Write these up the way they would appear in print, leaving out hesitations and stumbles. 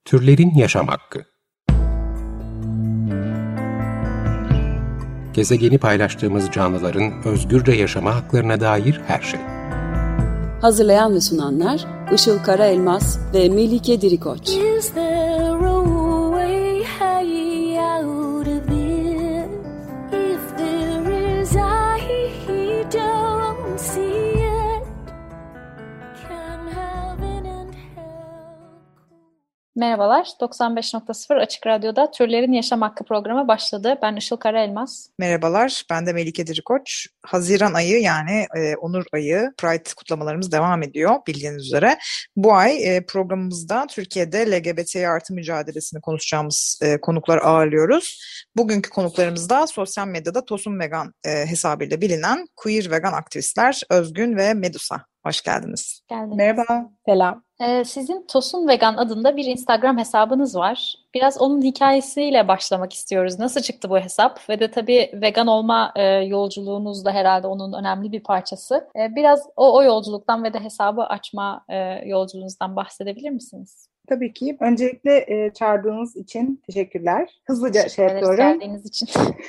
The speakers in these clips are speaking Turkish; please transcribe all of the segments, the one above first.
Türlerin yaşam hakkı. Gezegeni paylaştığımız canlıların özgürce yaşama haklarına dair her şey. Hazırlayan ve sunanlar Işıl Karaelmaz ve Melike Dirikoç. Merhabalar, 95.0 Açık Radyo'da Türlerin Yaşam Hakkı programı başladı. Ben Işıl Karaelmaz. Merhabalar, ben de Melike Dirikoç. Haziran ayı yani Onur ayı, Pride kutlamalarımız devam ediyor bildiğiniz üzere. Bu ay programımızda Türkiye'de LGBT artı mücadelesini konuşacağımız konuklar ağırlıyoruz. Bugünkü konuklarımız da sosyal medyada Tosun Vegan hesabıyla bilinen queer vegan aktivistler Özgün ve Medusa. Hoş geldiniz. Merhaba. Selam. Sizin Tosun Vegan adında bir Instagram hesabınız var. Biraz onun hikayesiyle başlamak istiyoruz. Nasıl çıktı bu hesap? Ve de tabii vegan olma yolculuğunuz da herhalde onun önemli bir parçası. Biraz o yolculuktan ve de hesabı açma yolculuğunuzdan bahsedebilir misiniz? Tabii ki. Öncelikle çağırdığınız için teşekkürler. Hızlıca yapıyorum. Geldiğiniz için.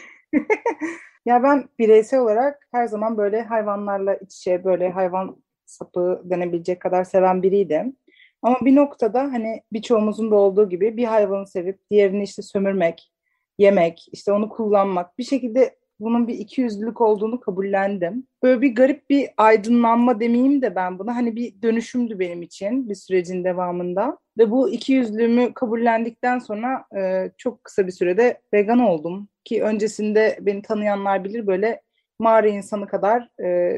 Ya ben bireysel olarak her zaman böyle hayvanlarla iç içe, böyle hayvan sapı denebilecek kadar seven biriydim. Ama bir noktada hani birçoğumuzun da olduğu gibi bir hayvanı sevip diğerini işte sömürmek, yemek, işte onu kullanmak, bir şekilde bunun bir ikiyüzlülük olduğunu kabullendim. Böyle bir garip bir aydınlanma demeyeyim de ben buna, hani bir dönüşümdü benim için bir sürecin devamında. Ve bu ikiyüzlülüğümü kabullendikten sonra çok kısa bir sürede vegan oldum. Ki öncesinde beni tanıyanlar bilir, böyle mağara insanı kadar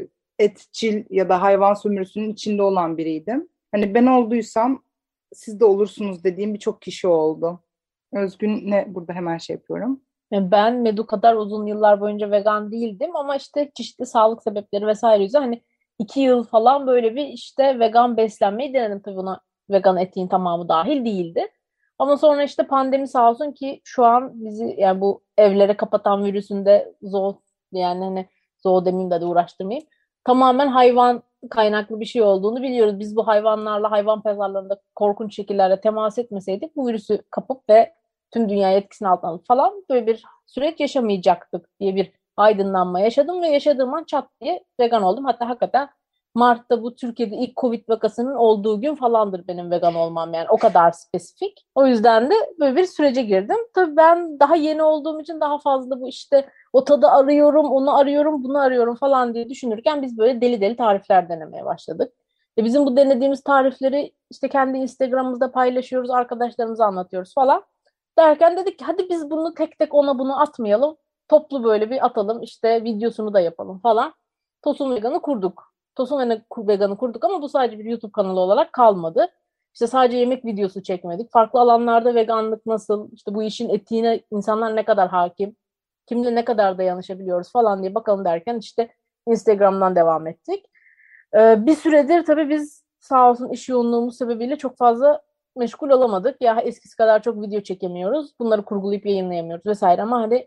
etçil ya da hayvan sömürüsünün içinde olan biriydim. Hani ben olduysam siz de olursunuz dediğim birçok kişi oldu. Özgün'le burada hemen yapıyorum. Ben Medu kadar uzun yıllar boyunca vegan değildim ama işte çeşitli sağlık sebepleri vesaire yüzünden hani 2 yıl falan böyle bir işte vegan beslenmeyi denedim. Tabii buna vegan etiğin tamamı dahil değildi. Ama sonra işte pandemi sağ olsun ki şu an bizi yani bu evlere kapatan virüsünde yani hani demeyeyim de uğraştırmayayım. Tamamen hayvan kaynaklı bir şey olduğunu biliyoruz. Biz bu hayvanlarla hayvan pazarlarında korkunç şekillerde temas etmeseydik bu virüsü kapıp ve tüm dünyayı etkisine altına alıp falan böyle bir süreç yaşamayacaktık diye bir aydınlanma yaşadım ve yaşadığım an çat diye vegan oldum. Hatta hakikaten Mart'ta bu Türkiye'de ilk Covid vakasının olduğu gün falandır benim vegan olmam, yani o kadar spesifik. O yüzden de böyle bir sürece girdim. Tabii ben daha yeni olduğum için daha fazla bu işte o tadı arıyorum, onu arıyorum, bunu arıyorum falan diye düşünürken biz böyle deli deli tarifler denemeye başladık. Bizim bu denediğimiz tarifleri işte kendi Instagram'ımızda paylaşıyoruz, arkadaşlarımıza anlatıyoruz falan. Derken dedik ki hadi biz bunu tek tek ona bunu atmayalım. Toplu böyle bir atalım, işte videosunu da yapalım falan. Tosun Vegan'ı kurduk. Tosun Vegan'ı kurduk ama bu sadece bir YouTube kanalı olarak kalmadı. İşte sadece yemek videosu çekmedik. Farklı alanlarda veganlık nasıl, işte bu işin etiğine insanlar ne kadar hakim, kimle ne kadar dayanışabiliyoruz falan diye bakalım derken işte Instagram'dan devam ettik. Bir süredir tabii biz sağ olsun iş yoğunluğumuz sebebiyle çok fazla meşgul olamadık. Ya eskisi kadar çok video çekemiyoruz. Bunları kurgulayıp yayınlayamıyoruz vesaire ama hani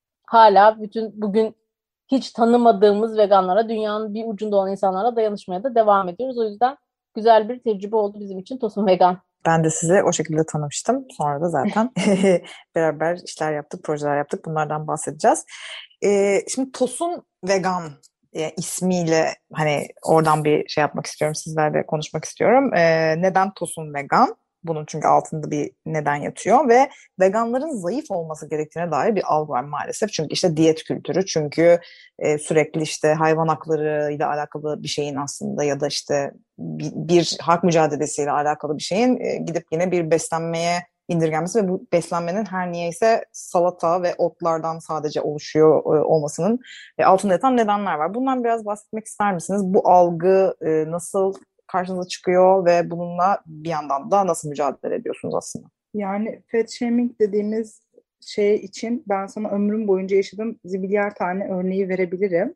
hala bütün bugün hiç tanımadığımız veganlara, dünyanın bir ucunda olan insanlara dayanışmaya da devam ediyoruz. O yüzden güzel bir tecrübe oldu bizim için Tosun Vegan. Ben de sizi o şekilde tanımıştım. Sonra da zaten beraber işler yaptık, projeler yaptık. Bunlardan bahsedeceğiz. Şimdi Tosun Vegan ismiyle hani oradan bir şey yapmak istiyorum. Sizlerle konuşmak istiyorum. Neden Tosun Vegan? Bunun çünkü altında bir neden yatıyor ve veganların zayıf olması gerektiğine dair bir algı var maalesef. Çünkü işte diyet kültürü, çünkü sürekli işte hayvan hakları ile alakalı bir şeyin aslında ya da işte bir hak mücadelesiyle alakalı bir şeyin gidip yine bir beslenmeye indirgenmesi ve bu beslenmenin her niyeyse salata ve otlardan sadece oluşuyor olmasının altında yatan nedenler var. Bundan biraz bahsetmek ister misiniz? Bu algı nasıl karşınıza çıkıyor ve bununla bir yandan da nasıl mücadele ediyorsunuz aslında? Yani fat shaming dediğimiz şey için ben sana ömrüm boyunca yaşadığım zibilyar tane örneği verebilirim.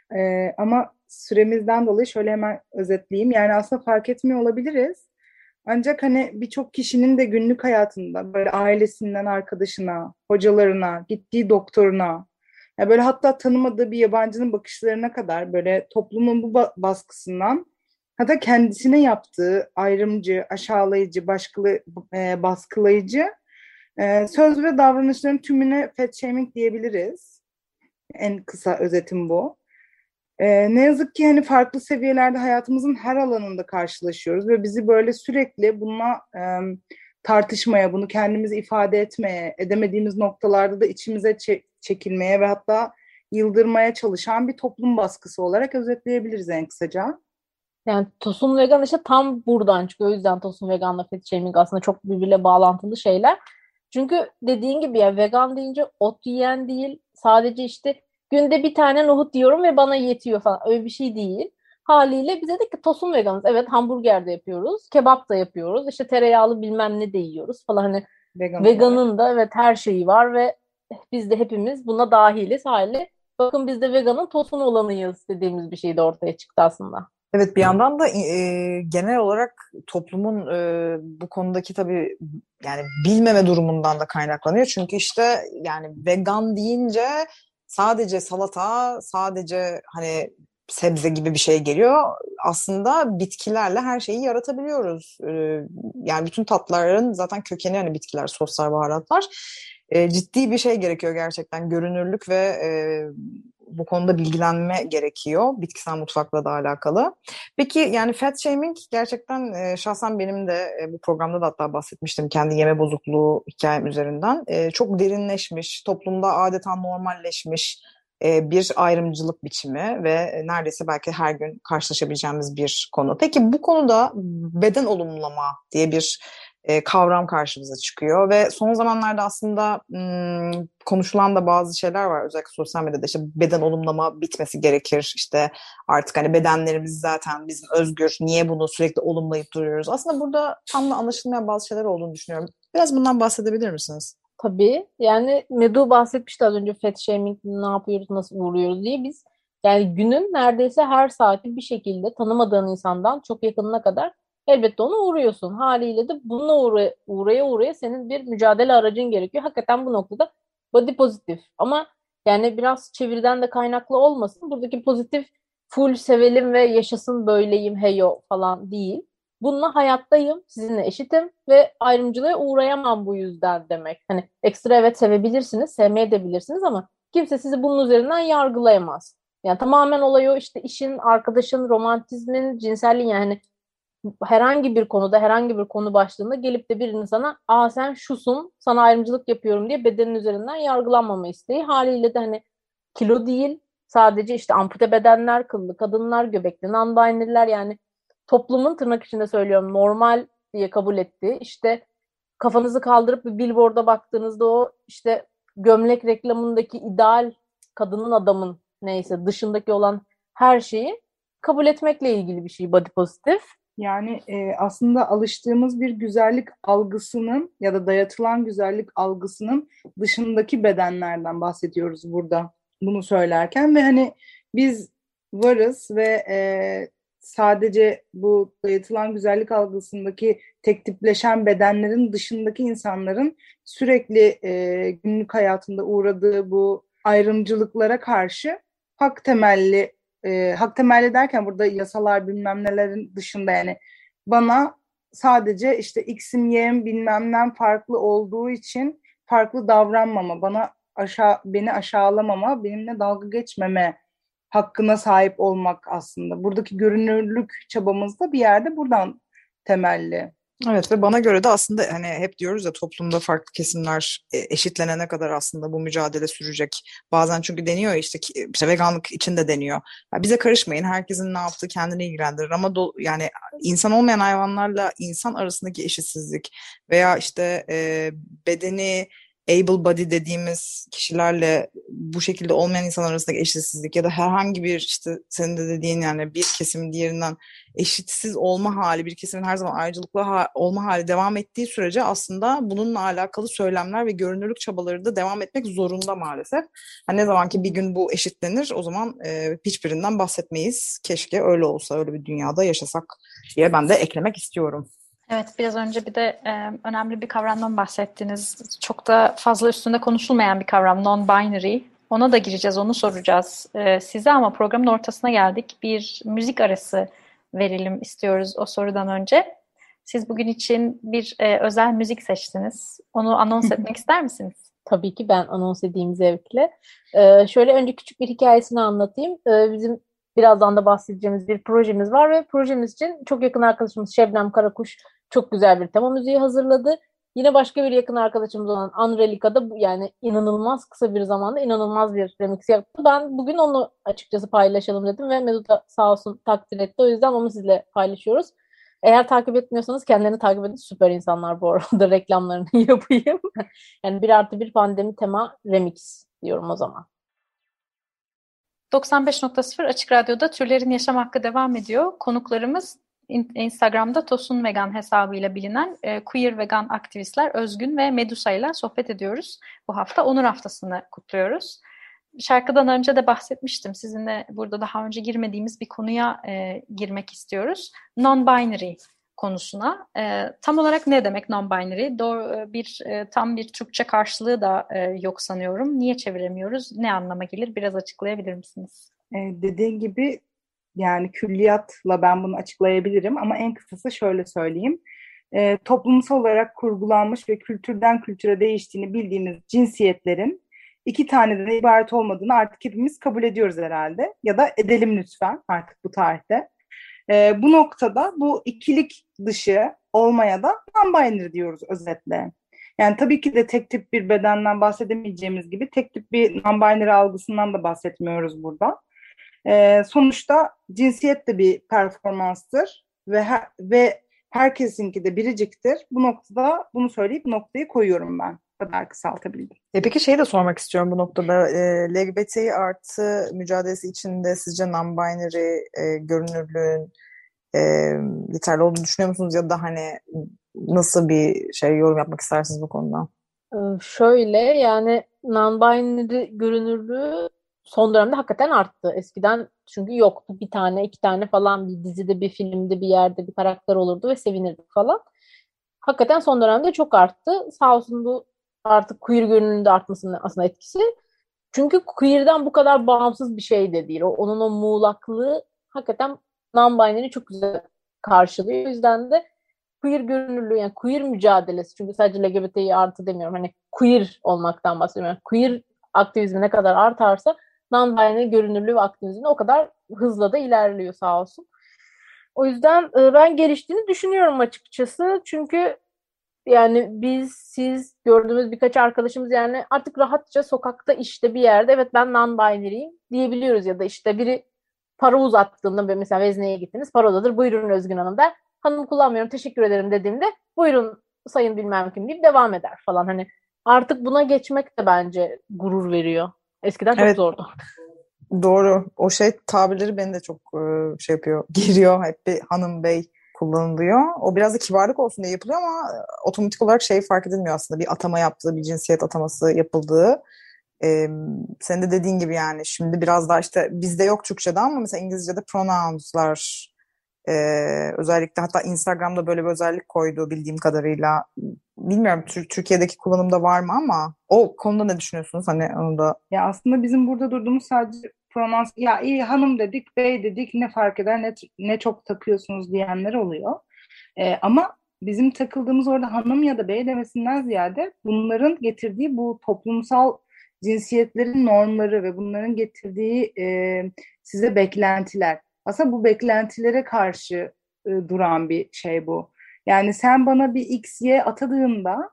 Ama süremizden dolayı şöyle hemen özetleyeyim. Yani aslında fark etmiyor olabiliriz. Ancak hani birçok kişinin de günlük hayatında böyle ailesinden arkadaşına, hocalarına, gittiği doktoruna, ya böyle hatta tanımadığı bir yabancının bakışlarına kadar böyle toplumun bu baskısından hatta kendisine yaptığı ayrımcı, aşağılayıcı, baskılayıcı söz ve davranışların tümüne fat shaming diyebiliriz. En kısa özetim bu. Ne yazık ki hani farklı seviyelerde hayatımızın her alanında karşılaşıyoruz ve bizi böyle sürekli bununla tartışmaya, bunu kendimizi ifade etmeye, edemediğimiz noktalarda da içimize çekilmeye ve hatta yıldırmaya çalışan bir toplum baskısı olarak özetleyebiliriz en kısaca. Yani Tosun Vegan işte tam buradan çıkıyor. O yüzden Tosun Vegan'la fat shaming aslında çok birbiriyle bağlantılı şeyler. Çünkü dediğin gibi ya vegan deyince ot yiyen değil, sadece işte günde bir tane nohut yiyorum ve bana yetiyor falan, öyle bir şey değil. Haliyle biz dedik ki Tosun Veganız. Evet, hamburger de yapıyoruz, kebap da yapıyoruz, işte tereyağlı bilmem ne de yiyoruz falan. Hani veganın da evet her şeyi var ve biz de hepimiz buna dahiliz hali. Bakın biz de veganın Tosun olanıyız dediğimiz bir şey de ortaya çıktı aslında. Evet, bir yandan da genel olarak toplumun bu konudaki tabii yani bilmeme durumundan da kaynaklanıyor. Çünkü işte yani vegan deyince sadece salata, sadece hani sebze gibi bir şey geliyor. Aslında bitkilerle her şeyi yaratabiliyoruz. Yani bütün tatların zaten kökeni hani bitkiler, soslar, baharatlar. Ciddi bir şey gerekiyor gerçekten. Görünürlük ve bu konuda bilgilenme gerekiyor. Bitkisel mutfakla da alakalı. Peki yani fat shaming gerçekten şahsen benim de bu programda da hatta bahsetmiştim kendi yeme bozukluğu hikayem üzerinden. Çok derinleşmiş, toplumda adeta normalleşmiş bir ayrımcılık biçimi ve neredeyse belki her gün karşılaşabileceğimiz bir konu. Peki bu konuda beden olumlama diye bir kavram karşımıza çıkıyor ve son zamanlarda aslında konuşulan da bazı şeyler var. Özellikle sosyal medyada işte beden olumlama bitmesi gerekir. İşte artık hani bedenlerimiz zaten bizim özgür. Niye bunu sürekli olumlayıp duruyoruz? Aslında burada tam da anlaşılmayan bazı şeyler olduğunu düşünüyorum. Biraz bundan bahsedebilir misiniz? Tabii. Yani Medu bahsetmişti az önce fat shaming ne yapıyoruz, nasıl vuruyoruz diye. Biz yani günün neredeyse her saati bir şekilde tanımadığın insandan çok yakınına kadar elbette ona uğruyorsun. Haliyle de bununla uğraya senin bir mücadele aracın gerekiyor. Hakikaten bu noktada body pozitif. Ama yani biraz çeviriden de kaynaklı olmasın. Buradaki pozitif full sevelim ve yaşasın böyleyim heyo falan değil. Bununla hayattayım, sizinle eşitim ve ayrımcılığa uğrayamam bu yüzden demek. Hani ekstra evet sevebilirsiniz, sevmeye de bilirsiniz ama kimse sizi bunun üzerinden yargılayamaz. Yani tamamen olay o işte işin, arkadaşın, romantizmin, cinselliğin yani herhangi bir konuda, herhangi bir konu başlığında gelip de birinin sana aa sen şusun, sana ayrımcılık yapıyorum diye bedenin üzerinden yargılanmama isteği haliyle de hani kilo değil, sadece işte ampute bedenler, kıllı kadınlar, göbekli non-binary'ler yani toplumun tırnak içinde söylüyorum normal diye kabul ettiği işte kafanızı kaldırıp bir billboard'a baktığınızda o işte gömlek reklamındaki ideal kadının adamın neyse dışındaki olan her şeyi kabul etmekle ilgili bir şey body pozitif. Yani aslında alıştığımız bir güzellik algısının ya da dayatılan güzellik algısının dışındaki bedenlerden bahsediyoruz burada bunu söylerken ve hani biz varız ve sadece bu dayatılan güzellik algısındaki tek tipleşen bedenlerin dışındaki insanların sürekli günlük hayatında uğradığı bu ayrımcılıklara karşı hak temelli hak temelli derken burada yasalar bilmem nelerin dışında yani bana sadece işte X'im Y'im bilmem nem farklı olduğu için farklı davranmama, beni aşağılamama, benimle dalga geçmeme hakkına sahip olmak aslında. Buradaki görünürlük çabamız da bir yerde buradan temelli. Evet ve bana göre de aslında hani hep diyoruz ya toplumda farklı kesimler eşitlenene kadar aslında bu mücadele sürecek. Bazen çünkü deniyor ya işte veganlık için de deniyor. Ya bize karışmayın, herkesin ne yaptığı kendini ilgilendirir ama yani insan olmayan hayvanlarla insan arasındaki eşitsizlik veya işte bedeni able body dediğimiz kişilerle bu şekilde olmayan insanlar arasındaki eşitsizlik ya da herhangi bir işte senin de dediğin yani bir kesimin diğerinden eşitsiz olma hali, bir kesimin her zaman ayrıcalıklı olma hali devam ettiği sürece aslında bununla alakalı söylemler ve görünürlük çabaları da devam etmek zorunda maalesef. Yani ne zaman ki bir gün bu eşitlenir o zaman hiçbirinden bahsetmeyiz. Keşke öyle olsa, öyle bir dünyada yaşasak diye ben de eklemek istiyorum. Evet, biraz önce bir de önemli bir kavramdan bahsettiniz. Çok da fazla üstünde konuşulmayan bir kavram, non-binary. Ona da gireceğiz, onu soracağız size ama programın ortasına geldik. Bir müzik arası verelim istiyoruz o sorudan önce. Siz bugün için bir özel müzik seçtiniz. Onu anons etmek ister misiniz? Tabii ki ben anons edeyim zevkle. Şöyle önce küçük bir hikayesini anlatayım. Bizim birazdan da bahsedeceğimiz bir projemiz var ve projemiz için çok yakın arkadaşımız Şebnem Karakuş çok güzel bir tema müziği hazırladı. Yine başka bir yakın arkadaşımız olan Anrelika da yani inanılmaz kısa bir zamanda inanılmaz bir remix yaptı. Ben bugün onu açıkçası paylaşalım dedim ve Medu da sağ olsun takdir etti. O yüzden onu sizle paylaşıyoruz. Eğer takip etmiyorsanız kendilerini takip edin. Süper insanlar bu arada, reklamlarını yapayım. Yani 1+1 pandemi tema remix diyorum o zaman. 95.0 Açık Radyo'da Türlerin Yaşam Hakkı devam ediyor. Konuklarımız Instagram'da Tosun Vegan hesabıyla bilinen queer vegan aktivistler Özgün ve Medusa ile sohbet ediyoruz. Bu hafta Onur Haftası'nı kutluyoruz. Şarkıdan önce de bahsetmiştim. Sizinle burada daha önce girmediğimiz bir konuya girmek istiyoruz. Non-binary konusuna. Tam olarak ne demek non-binary? Tam bir Türkçe karşılığı da yok sanıyorum. Niye çeviremiyoruz? Ne anlama gelir? Biraz açıklayabilir misiniz? Dediğin gibi yani külliyatla ben bunu açıklayabilirim ama en kısası şöyle söyleyeyim. Toplumsal olarak kurgulanmış ve kültürden kültüre değiştiğini bildiğimiz cinsiyetlerin 2 taneden ibaret olmadığını artık hepimiz kabul ediyoruz herhalde. Ya da edelim lütfen artık bu tarihte. Bu noktada bu ikilik dışı olmaya da non-binary diyoruz özetle. Yani tabii ki de tek tip bir bedenden bahsedemeyeceğimiz gibi tek tip bir non-binary algısından da bahsetmiyoruz burada. Sonuçta cinsiyet de bir performanstır ve herkesinki de biriciktir. Bu noktada bunu söyleyip noktayı koyuyorum ben. Bu kadar kısaltabildim. Peki şeyi de sormak istiyorum bu noktada. LGBT artı mücadelesi içinde sizce non-binary görünürlüğün yeterli olduğunu düşünüyor musunuz? Ya da hani nasıl bir yorum yapmak istersiniz bu konuda? Şöyle yani non-binary görünürlüğü son dönemde hakikaten arttı. Eskiden çünkü yoktu. 1 tane 2 tane falan bir dizide, bir filmde, bir yerde bir karakter olurdu ve sevinirdik falan. Hakikaten son dönemde çok arttı. Sağ olsun bu artık queer görünümünün de artmasının aslında etkisi. Çünkü queer'den bu kadar bağımsız bir şey de değil. Onun o muğlaklığı hakikaten non-binary çok güzel karşılıyor. O yüzden de queer görünürlüğü yani queer mücadelesi. Çünkü sadece LGBTİ artı demiyorum. Hani queer olmaktan bahsediyorum. Yani queer aktivizmi ne kadar artarsa non-binary görünürlüğü ve aktivizmi o kadar hızla da ilerliyor sağ olsun. O yüzden ben geliştiğini düşünüyorum açıkçası. Çünkü yani siz gördüğümüz birkaç arkadaşımız yani artık rahatça sokakta işte bir yerde evet ben non-binary'yim diyebiliyoruz ya da işte biri para uzattığında mesela vezneye gittiniz parodadır buyurun Özgün Hanım der. Hanım kullanmıyorum teşekkür ederim dediğimde buyurun sayın bilmem kim deyip devam eder falan. Hani artık buna geçmek de bence gurur veriyor. Eskiden çok zordu. Doğru. O tabirleri beni de çok yapıyor. Giriyor. Hep bir hanım bey kullanılıyor. O biraz da kibarlık olsun diye yapılıyor ama otomatik olarak fark edilmiyor aslında. Bir atama yaptığı, bir cinsiyet ataması yapıldığı. Senin de dediğin gibi yani şimdi biraz daha işte bizde yok Türkçe'de ama mesela İngilizce'de pronounslar özellikle hatta Instagram'da böyle bir özellik koydu bildiğim kadarıyla. Bilmiyorum Türkiye'deki kullanımda var mı ama o konuda ne düşünüyorsunuz? Hani onu da... Ya aslında bizim burada durduğumuz sadece pronouns, ya iyi hanım dedik, bey dedik ne fark eder ne çok takıyorsunuz diyenler oluyor. Ama bizim takıldığımız orada hanım ya da bey demesinden ziyade bunların getirdiği bu toplumsal cinsiyetlerin normları ve bunların getirdiği size beklentiler. Aslında bu beklentilere karşı duran bir şey bu. Yani sen bana bir X, Y atadığında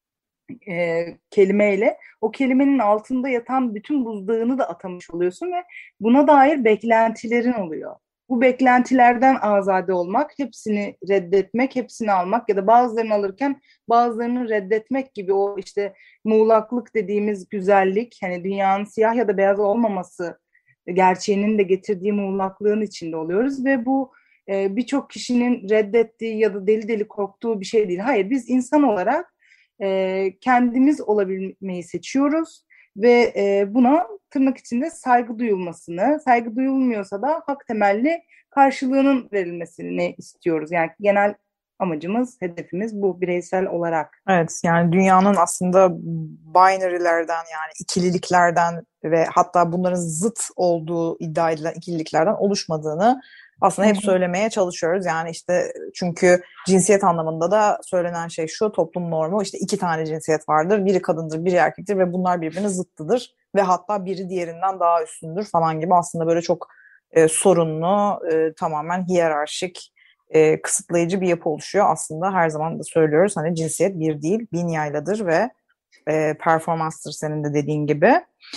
kelimeyle o kelimenin altında yatan bütün buzdağını da atamış oluyorsun ve buna dair beklentilerin oluyor. Bu beklentilerden azade olmak, hepsini reddetmek, hepsini almak ya da bazılarını alırken bazılarını reddetmek gibi o işte muğlaklık dediğimiz güzellik, hani dünyanın siyah ya da beyaz olmaması gerçeğinin de getirdiği muğlaklığın içinde oluyoruz ve bu birçok kişinin reddettiği ya da deli deli korktuğu bir şey değil. Hayır, biz insan olarak kendimiz olabilmeyi seçiyoruz ve buna tırnak içinde saygı duyulmasını, saygı duyulmuyorsa da hak temelli karşılığının verilmesini istiyoruz. Yani genel amacımız, hedefimiz bu bireysel olarak. Evet, yani dünyanın aslında binary'lerden yani ikililiklerden ve hatta bunların zıt olduğu iddia edilen ikililiklerden oluşmadığını aslında hep söylemeye çalışıyoruz. Yani işte çünkü cinsiyet anlamında da söylenen şey şu, toplum normu işte 2 tane cinsiyet vardır. Biri kadındır, biri erkektir ve bunlar birbirine zıttıdır. Ve hatta biri diğerinden daha üstündür falan gibi aslında böyle çok sorunlu, tamamen hiyerarşik, kısıtlayıcı bir yapı oluşuyor. Aslında her zaman da söylüyoruz hani cinsiyet bir değil, 1000 yayladır ve performanstır senin de dediğin gibi.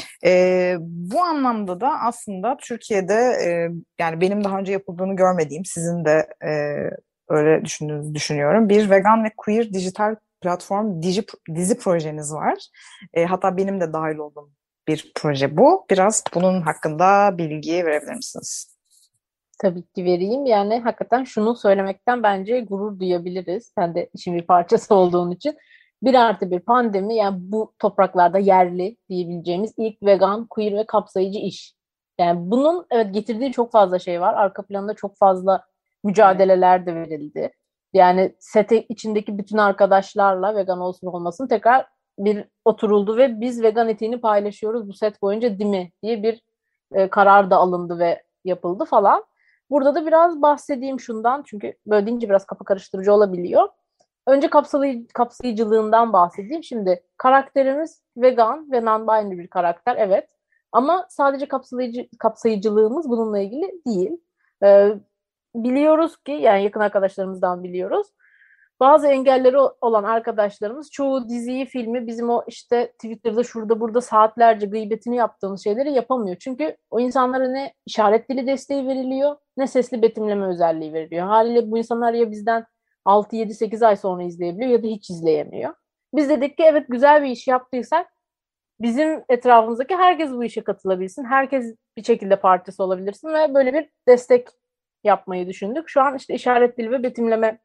Bu anlamda da aslında Türkiye'de yani benim daha önce yapıldığını görmediğim, sizin de öyle düşündüğünüzü düşünüyorum. Bir vegan ve queer dijital platform dizi projeniz var. Hatta benim de dahil olduğum bir proje bu. Biraz bunun hakkında bilgi verebilir misiniz? Tabii ki vereyim. Yani hakikaten şunu söylemekten bence gurur duyabiliriz. Sen de işin bir parçası olduğun için. 1+1 pandemi, yani bu topraklarda yerli diyebileceğimiz ilk vegan, queer ve kapsayıcı iş. Yani bunun evet getirdiği çok fazla şey var. Arka planda çok fazla mücadeleler de verildi. Yani sete içindeki bütün arkadaşlarla vegan olsun olmasın tekrar bir oturuldu ve biz vegan etiğini paylaşıyoruz bu set boyunca değil mi diye bir karar da alındı ve yapıldı falan. Burada da biraz bahsedeyim şundan, çünkü böyle deyince biraz kafa karıştırıcı olabiliyor. Önce kapsayıcılığından bahsedeyim. Şimdi karakterimiz vegan ve non-binary bir karakter, evet. Ama sadece kapsayıcılığımız bununla ilgili değil. Biliyoruz ki, yani yakın arkadaşlarımızdan biliyoruz. Bazı engelleri olan arkadaşlarımız çoğu diziyi, filmi, bizim o işte Twitter'da şurada burada saatlerce gıybetini yaptığımız şeyleri yapamıyor. Çünkü o insanlara ne işaret dili desteği veriliyor, ne sesli betimleme özelliği veriliyor. Haliyle bu insanlar ya bizden 6-7-8 ay sonra izleyebiliyor ya da hiç izleyemiyor. Biz dedik ki evet, güzel bir iş yaptıysak bizim etrafımızdaki herkes bu işe katılabilsin. Herkes bir şekilde parçası olabilsin ve böyle bir destek yapmayı düşündük. Şu an işte işaret dili ve betimleme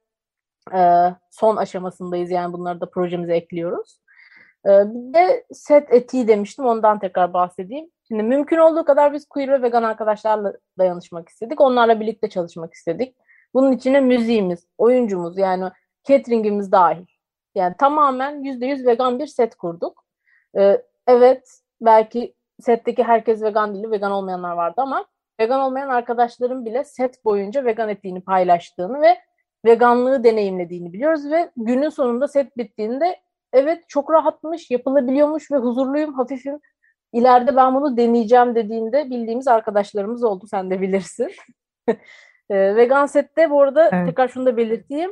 son aşamasındayız. Yani bunları da projemize ekliyoruz. Bir de set etiği demiştim. Ondan tekrar bahsedeyim. Şimdi mümkün olduğu kadar biz queer ve vegan arkadaşlarla dayanışmak istedik. Onlarla birlikte çalışmak istedik. Bunun içine müziğimiz, oyuncumuz, yani cateringimiz dahil. Yani tamamen %100 vegan bir set kurduk. Evet, belki setteki herkes vegan değil, vegan olmayanlar vardı ama vegan olmayan arkadaşlarım bile set boyunca vegan etiğini paylaştığını ve veganlığı deneyimlediğini biliyoruz ve günün sonunda set bittiğinde evet çok rahatmış, yapılabiliyormuş ve huzurluyum, hafifim. İleride ben bunu deneyeceğim dediğinde bildiğimiz arkadaşlarımız oldu, sen de bilirsin. Vegan sette bu arada tekrar şunu da belirteyim.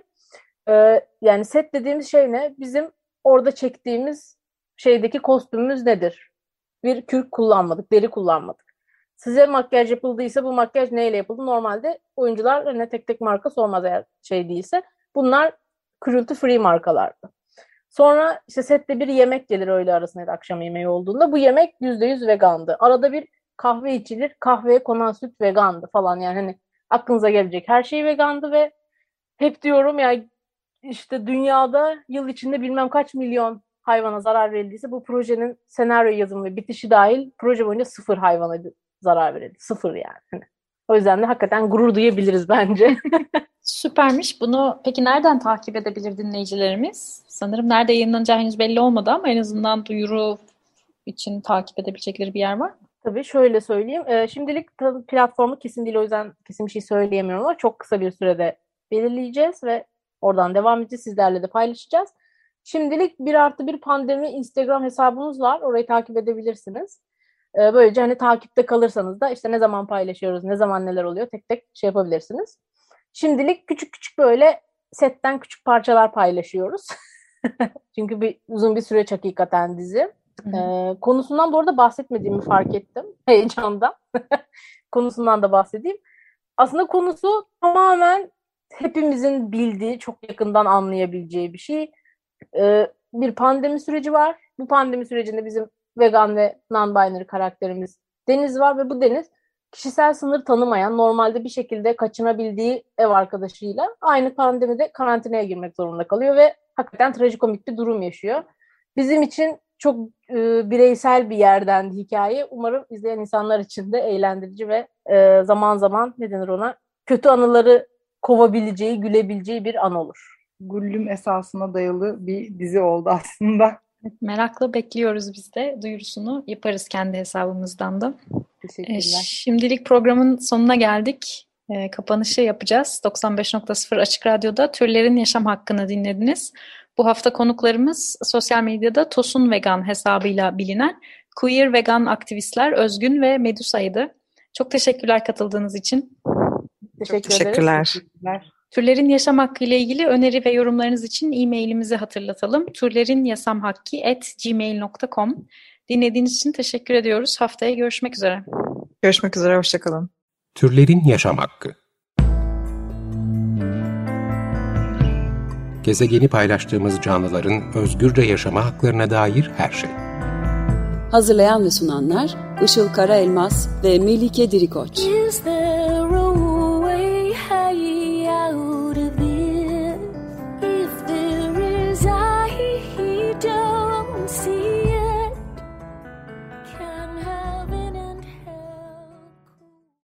Yani set dediğimiz şey ne? Bizim orada çektiğimiz şeydeki kostümümüz nedir? Bir kürk kullanmadık, deri kullanmadık. Size makyaj yapıldıysa bu makyaj neyle yapıldı? Normalde oyuncular hani tek tek marka sormaz eğer şey değilse. Bunlar cruelty free markalardı. Sonra işte sette bir yemek gelir öğle arasında ya da akşam yemeği olduğunda. Bu yemek %100 vegandı. Arada bir kahve içilir. Kahveye konan süt vegandı falan. Yani hani aklınıza gelecek her şey vegandı ve hep diyorum ya, işte dünyada yıl içinde bilmem kaç milyon hayvana zarar verildiyse bu projenin senaryo yazımı ve bitişi dahil proje boyunca 0 hayvana zarar verildi. 0 yani. O yüzden de hakikaten gurur duyabiliriz bence. Süpermiş. Bunu peki nereden takip edebilir dinleyicilerimiz? Sanırım nerede yayınlanacağı henüz belli olmadı ama en azından duyuru için takip edebilecekleri bir yer var mı? Tabii şöyle söyleyeyim. Şimdilik platformu kesin değil, o yüzden kesin bir şey söyleyemiyorum ama çok kısa bir sürede belirleyeceğiz ve oradan devam edeceğiz. Sizlerle de paylaşacağız. Şimdilik 1+1 pandemi Instagram hesabımız var. Orayı takip edebilirsiniz. Böylece hani takipte kalırsanız da işte ne zaman paylaşıyoruz, ne zaman neler oluyor tek tek şey yapabilirsiniz. Şimdilik küçük küçük böyle setten küçük parçalar paylaşıyoruz. Çünkü uzun bir süreç hakikaten dizi. Konusundan bu arada bahsetmediğimi fark ettim heyecandan. Konusundan da bahsedeyim. Aslında konusu tamamen hepimizin bildiği, çok yakından anlayabileceği bir şey. Bir pandemi süreci var. Bu pandemi sürecinde bizim vegan ve non-binary karakterimiz Deniz var ve bu Deniz kişisel sınır tanımayan, normalde bir şekilde kaçınabildiği ev arkadaşıyla aynı pandemide karantinaya girmek zorunda kalıyor ve hakikaten trajikomik bir durum yaşıyor. Bizim için çok bireysel bir yerden hikaye. Umarım izleyen insanlar için de eğlendirici ve zaman zaman ne denir ona, kötü anıları kovabileceği, gülebileceği bir an olur. Gullüm esasına dayalı bir dizi oldu aslında. Merakla bekliyoruz biz de. Duyurusunu yaparız kendi hesabımızdan da. Teşekkürler. Şimdilik programın sonuna geldik. kapanışı yapacağız. 95.0 Açık Radyo'da Türlerin Yaşam Hakkı'nı dinlediniz. Bu hafta konuklarımız sosyal medyada Tosun Vegan hesabıyla bilinen queer vegan aktivistler Özgün ve Medusa'ydı. Çok teşekkürler katıldığınız için. Teşekkürler. Türlerin Yaşam Hakkı ile ilgili öneri ve yorumlarınız için e-mailimizi hatırlatalım. turlerinyasamhakki@gmail.com. Dinlediğiniz için teşekkür ediyoruz. Haftaya görüşmek üzere. Görüşmek üzere, hoşçakalın. Türlerin Yaşam Hakkı. Gezegeni paylaştığımız canlıların özgürce yaşama haklarına dair her şey. Hazırlayan ve sunanlar Işıl Karaelmaz ve Melike Dirikoç.